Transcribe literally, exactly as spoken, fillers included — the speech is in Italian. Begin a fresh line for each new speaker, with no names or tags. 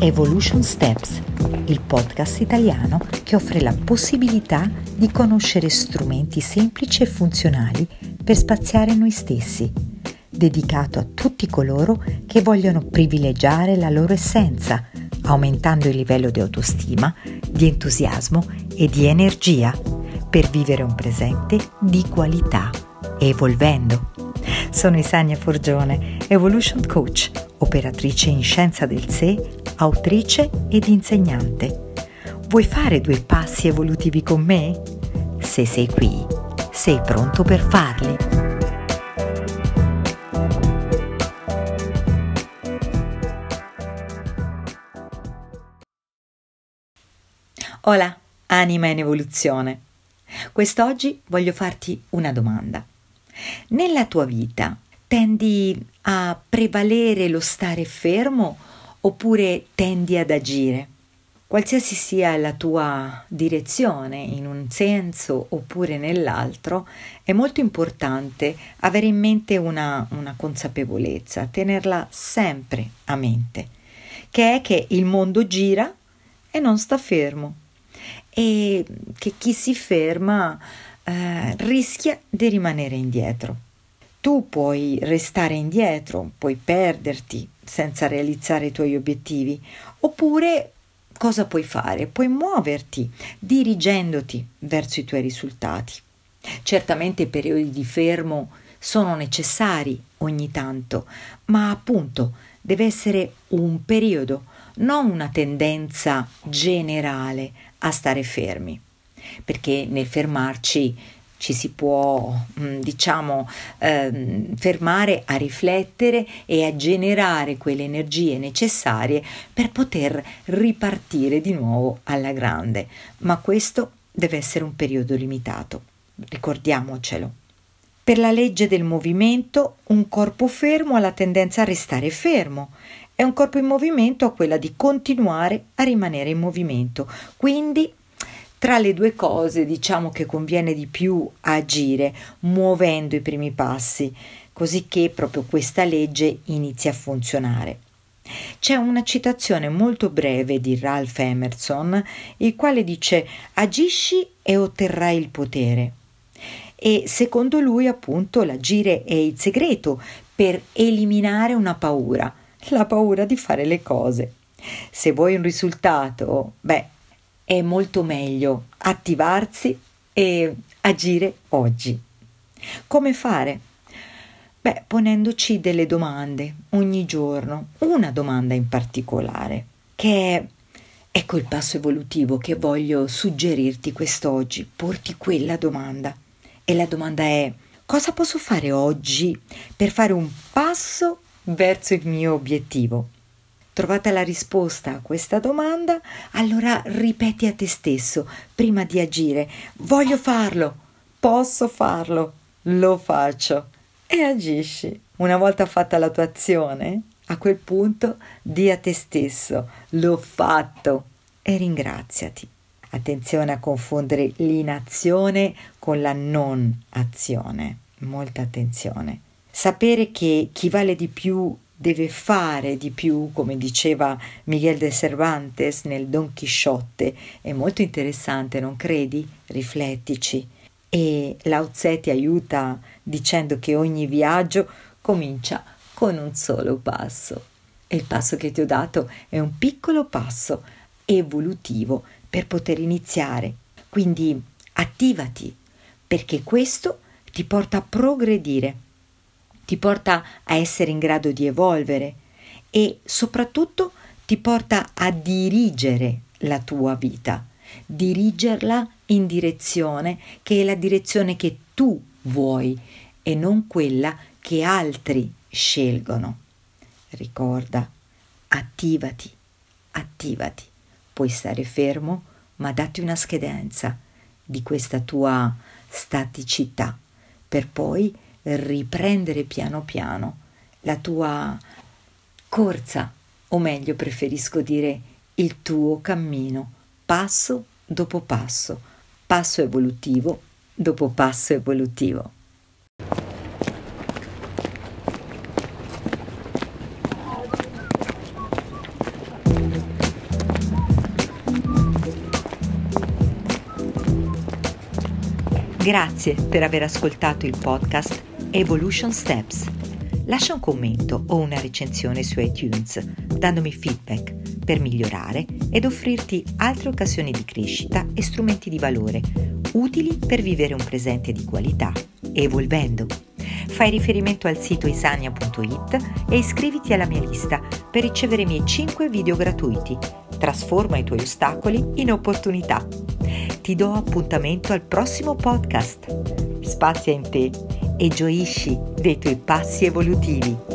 Evolution Steps, il podcast italiano che offre la possibilità di conoscere strumenti semplici e funzionali per spaziare noi stessi, dedicato a tutti coloro che vogliono privilegiare la loro essenza, aumentando il livello di autostima, di entusiasmo e di energia per vivere un presente di qualità, evolvendo. Sono Isania Forgione, Evolution Coach, operatrice in scienza del sé, autrice ed insegnante. Vuoi fare due passi evolutivi con me? Se sei qui, sei pronto per farli. Hola, anima in evoluzione. Quest'oggi voglio farti una domanda. Nella tua vita tendi a prevalere lo stare fermo oppure tendi ad agire? Qualsiasi sia la tua direzione, in un senso oppure nell'altro, è molto importante avere in mente una, una consapevolezza, tenerla sempre a mente, che è che il mondo gira e non sta fermo e che chi si ferma eh, rischia di rimanere indietro. Tu puoi restare indietro, puoi perderti senza realizzare i tuoi obiettivi, oppure cosa puoi fare? Puoi muoverti dirigendoti verso i tuoi risultati. Certamente i periodi di fermo sono necessari ogni tanto, ma appunto deve essere un periodo, non una tendenza generale a stare fermi, perché nel fermarci ci si può, diciamo, eh, fermare a riflettere e a generare quelle energie necessarie per poter ripartire di nuovo alla grande. Ma questo deve essere un periodo limitato, ricordiamocelo. Per la legge del movimento, un corpo fermo ha la tendenza a restare fermo e un corpo in movimento ha quella di continuare a rimanere in movimento. Quindi tra le due cose diciamo che conviene di più agire muovendo i primi passi, così che proprio questa legge inizi a funzionare. C'è una citazione molto breve di Ralph Emerson, il quale dice: agisci e otterrai il potere. E secondo lui appunto l'agire è il segreto per eliminare una paura, la paura di fare le cose. Se vuoi un risultato, beh, è molto meglio attivarsi e agire oggi. Come fare? Beh, ponendoci delle domande ogni giorno, una domanda in particolare, che è, ecco il passo evolutivo che voglio suggerirti quest'oggi. Porti quella domanda. E la domanda è: cosa posso fare oggi per fare un passo verso il mio obiettivo? Trovata la risposta a questa domanda, allora ripeti a te stesso, prima di agire: voglio farlo, posso farlo, lo faccio, e agisci. Una volta fatta la tua azione, a quel punto di a te stesso: l'ho fatto, e ringraziati. Attenzione a confondere l'inazione con la non azione, molta attenzione. Sapere che chi vale di più deve fare di più, come diceva Miguel de Cervantes nel Don Chisciotte, è molto interessante, non credi? Riflettici. E Lao Tse ti aiuta dicendo che ogni viaggio comincia con un solo passo. E il passo che ti ho dato è un piccolo passo evolutivo per poter iniziare. Quindi attivati, perché questo ti porta a progredire, ti porta a essere in grado di evolvere e soprattutto ti porta a dirigere la tua vita, dirigerla in direzione che è la direzione che tu vuoi e non quella che altri scelgono. Ricorda, attivati, attivati. Puoi stare fermo, ma datti una scadenza di questa tua staticità per poi riprendere piano piano la tua corsa, o meglio preferisco dire il tuo cammino, passo dopo passo, passo evolutivo dopo passo evolutivo. Grazie per aver ascoltato il podcast Evolution Steps. Lascia un commento o una recensione su iTunes, dandomi feedback per migliorare ed offrirti altre occasioni di crescita e strumenti di valore, utili per vivere un presente di qualità, evolvendo. Fai riferimento al sito isania punto it e iscriviti alla mia lista per ricevere i miei cinque video gratuiti. Trasforma i tuoi ostacoli in opportunità. Ti do appuntamento al prossimo podcast. Spazia in te e gioisci dei tuoi passi evolutivi.